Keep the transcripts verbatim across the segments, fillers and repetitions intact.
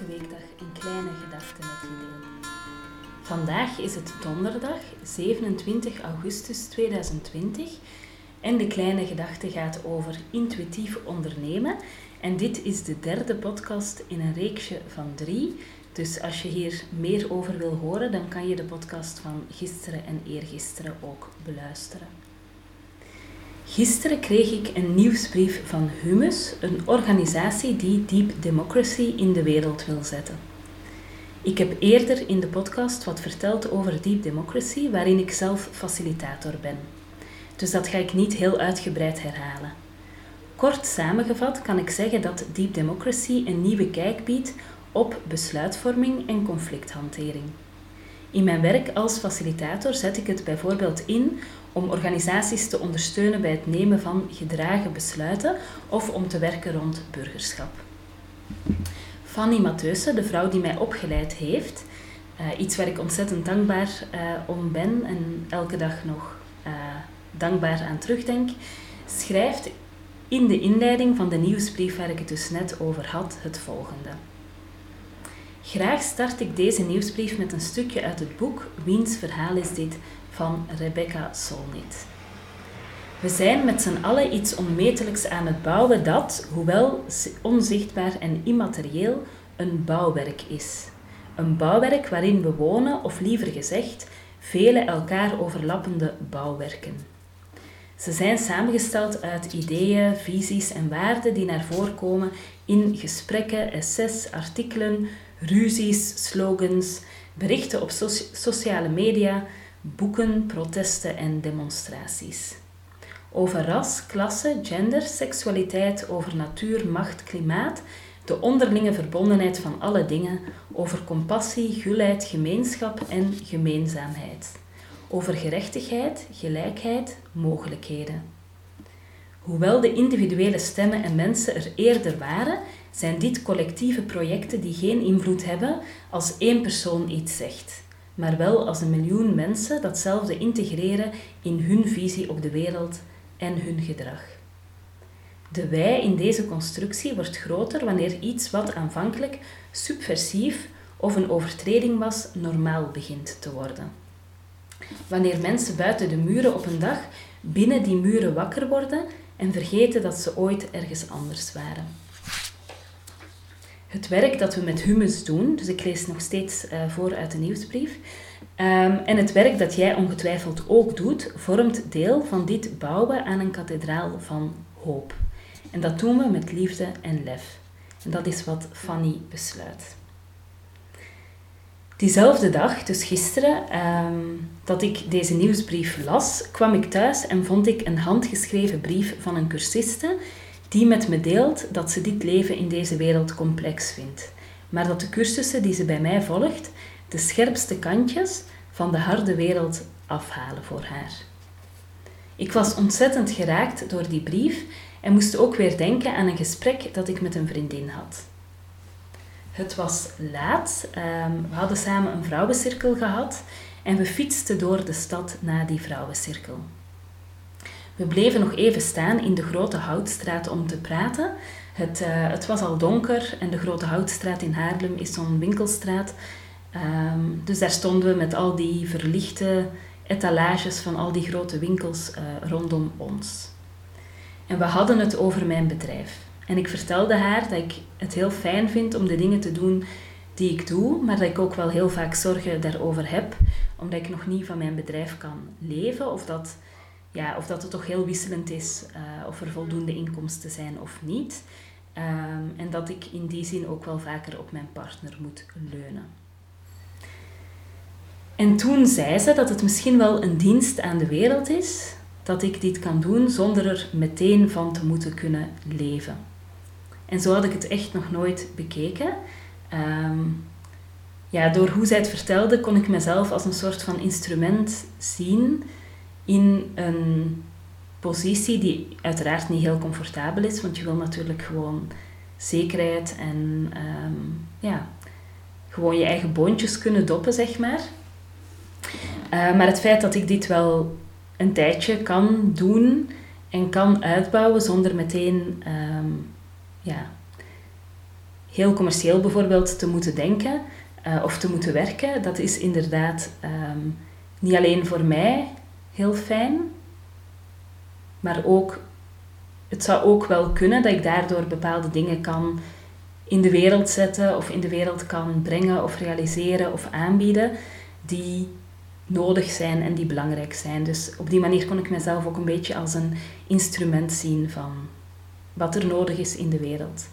elke weekdag een kleine gedachte met je deel. Vandaag is het donderdag zevenentwintig augustus tweeduizend twintig en de kleine gedachte gaat over intuïtief ondernemen. En dit is de derde podcast in een reeksje van drie. Dus als je hier meer over wil horen, dan kan je de podcast van gisteren en eergisteren ook beluisteren. Gisteren kreeg ik een nieuwsbrief van Humus, een organisatie die Deep Democracy in de wereld wil zetten. Ik heb eerder in de podcast wat verteld over Deep Democracy, waarin ik zelf facilitator ben. Dus dat ga ik niet heel uitgebreid herhalen. Kort samengevat kan ik zeggen dat Deep Democracy een nieuwe kijk biedt op besluitvorming en conflicthantering. In mijn werk als facilitator zet ik het bijvoorbeeld in om organisaties te ondersteunen bij het nemen van gedragen besluiten of om te werken rond burgerschap. Fanny Matheusen, de vrouw die mij opgeleid heeft, uh, iets waar ik ontzettend dankbaar uh, om ben en elke dag nog uh, dankbaar aan terugdenk, schrijft in de inleiding van de nieuwsbrief waar ik het dus net over had het volgende. Graag start ik deze nieuwsbrief met een stukje uit het boek Wiens verhaal is dit? Van Rebecca Solnit. We zijn met z'n allen iets onmetelijks aan het bouwen dat, hoewel onzichtbaar en immaterieel, een bouwwerk is. Een bouwwerk waarin we wonen, of liever gezegd, vele elkaar overlappende bouwwerken. Ze zijn samengesteld uit ideeën, visies en waarden die naar voren komen in gesprekken, essays, artikelen, ruzies, slogans, berichten op so- sociale media, boeken, protesten en demonstraties. Over ras, klasse, gender, seksualiteit, over natuur, macht, klimaat, de onderlinge verbondenheid van alle dingen, over compassie, gulheid, gemeenschap en gemeenzaamheid. Over gerechtigheid, gelijkheid, mogelijkheden. Hoewel de individuele stemmen en mensen er eerder waren, zijn dit collectieve projecten die geen invloed hebben als één persoon iets zegt, maar wel als een miljoen mensen datzelfde integreren in hun visie op de wereld en hun gedrag. De wij in deze constructie wordt groter wanneer iets wat aanvankelijk subversief of een overtreding was, normaal begint te worden. Wanneer mensen buiten de muren op een dag binnen die muren wakker worden en vergeten dat ze ooit ergens anders waren. Het werk dat we met Humus doen, dus ik lees nog steeds uh, voor uit de nieuwsbrief, um, en het werk dat jij ongetwijfeld ook doet, vormt deel van dit bouwen aan een kathedraal van hoop. En dat doen we met liefde en lef. En dat is wat Fanny besluit. Diezelfde dag, dus gisteren, um, dat ik deze nieuwsbrief las, kwam ik thuis en vond ik een handgeschreven brief van een cursiste die met me deelt dat ze dit leven in deze wereld complex vindt, maar dat de cursussen die ze bij mij volgt de scherpste kantjes van de harde wereld afhalen voor haar. Ik was ontzettend geraakt door die brief en moest ook weer denken aan een gesprek dat ik met een vriendin had. Het was laat, um, we hadden samen een vrouwencirkel gehad en we fietsten door de stad na die vrouwencirkel. We bleven nog even staan in de Grote Houtstraat om te praten. Het, uh, het was al donker en de Grote Houtstraat in Haarlem is zo'n winkelstraat. Um, dus daar stonden we met al die verlichte etalages van al die grote winkels uh, rondom ons. En we hadden het over mijn bedrijf. En ik vertelde haar dat ik het heel fijn vind om de dingen te doen die ik doe, maar dat ik ook wel heel vaak zorgen daarover heb, omdat ik nog niet van mijn bedrijf kan leven of dat... Ja, of dat het toch heel wisselend is, uh, of er voldoende inkomsten zijn of niet. Um, en dat ik in die zin ook wel vaker op mijn partner moet leunen. En toen zei ze dat het misschien wel een dienst aan de wereld is, dat ik dit kan doen zonder er meteen van te moeten kunnen leven. En zo had ik het echt nog nooit bekeken. Um, ja, door hoe zij het vertelde kon ik mezelf als een soort van instrument zien in een positie die uiteraard niet heel comfortabel is, want je wil natuurlijk gewoon zekerheid en um, ja, gewoon je eigen boontjes kunnen doppen, zeg maar. Uh, maar het feit dat ik dit wel een tijdje kan doen en kan uitbouwen zonder meteen um, ja, heel commercieel bijvoorbeeld te moeten denken uh, of te moeten werken, dat is inderdaad um, niet alleen voor mij heel fijn, maar ook, het zou ook wel kunnen dat ik daardoor bepaalde dingen kan in de wereld zetten of in de wereld kan brengen of realiseren of aanbieden die nodig zijn en die belangrijk zijn. Dus op die manier kon ik mezelf ook een beetje als een instrument zien van wat er nodig is in de wereld.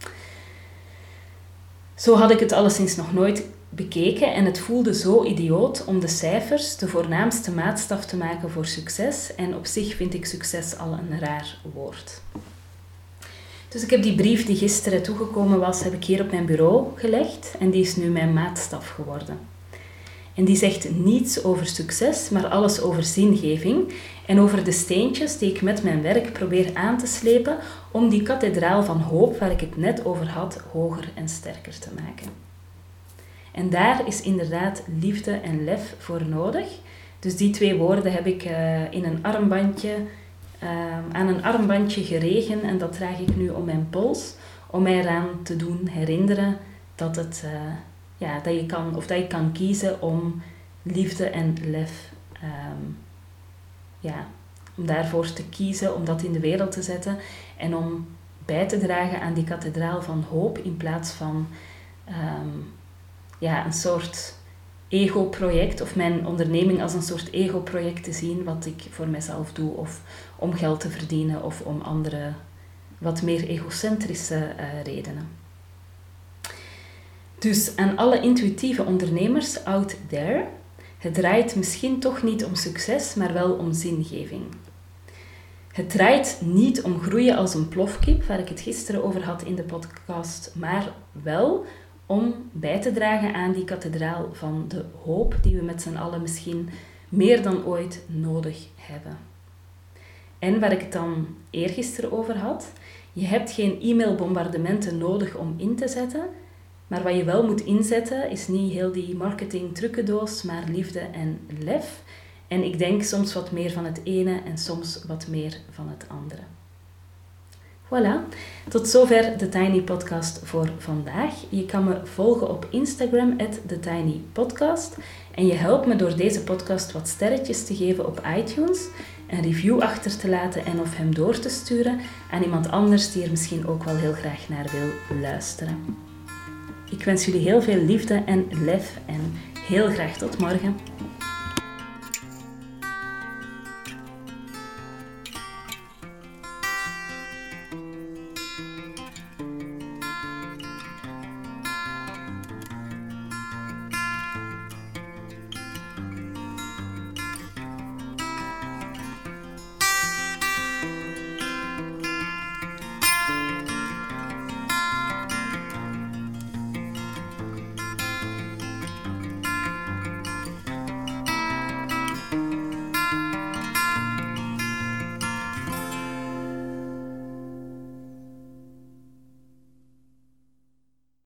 Zo had ik het alleszins nog nooit bekeken en het voelde zo idioot om de cijfers de voornaamste maatstaf te maken voor succes. En op zich vind ik succes al een raar woord. Dus ik heb die brief die gisteren toegekomen was, heb ik hier op mijn bureau gelegd en die is nu mijn maatstaf geworden. En die zegt niets over succes, maar alles over zingeving en over de steentjes die ik met mijn werk probeer aan te slepen om die kathedraal van hoop, waar ik het net over had, hoger en sterker te maken. En daar is inderdaad liefde en lef voor nodig. Dus die twee woorden heb ik uh, in een armbandje, uh, aan een armbandje geregen en dat draag ik nu om mijn pols, om mij eraan te doen herinneren dat het... Uh, Ja, dat je kan, of dat je kan kiezen om liefde en lef, um, ja, om daarvoor te kiezen, om dat in de wereld te zetten en om bij te dragen aan die kathedraal van hoop in plaats van um, ja, een soort ego-project of mijn onderneming als een soort ego-project te zien wat ik voor mezelf doe of om geld te verdienen of om andere wat meer egocentrische uh, redenen. Dus aan alle intuïtieve ondernemers out there, het draait misschien toch niet om succes, maar wel om zingeving. Het draait niet om groeien als een plofkip, waar ik het gisteren over had in de podcast, maar wel om bij te dragen aan die kathedraal van de hoop die we met z'n allen misschien meer dan ooit nodig hebben. En waar ik het dan eergisteren over had, je hebt geen e-mailbombardementen nodig om in te zetten, maar wat je wel moet inzetten is niet heel die marketing trucendoos, maar liefde en lef. En ik denk soms wat meer van het ene en soms wat meer van het andere. Voilà, tot zover de Tiny Podcast voor vandaag. Je kan me volgen op Instagram, at TheTinyPodcast. En je helpt me door deze podcast wat sterretjes te geven op iTunes, een review achter te laten en of hem door te sturen aan iemand anders die er misschien ook wel heel graag naar wil luisteren. Ik wens jullie heel veel liefde en lef en heel graag tot morgen.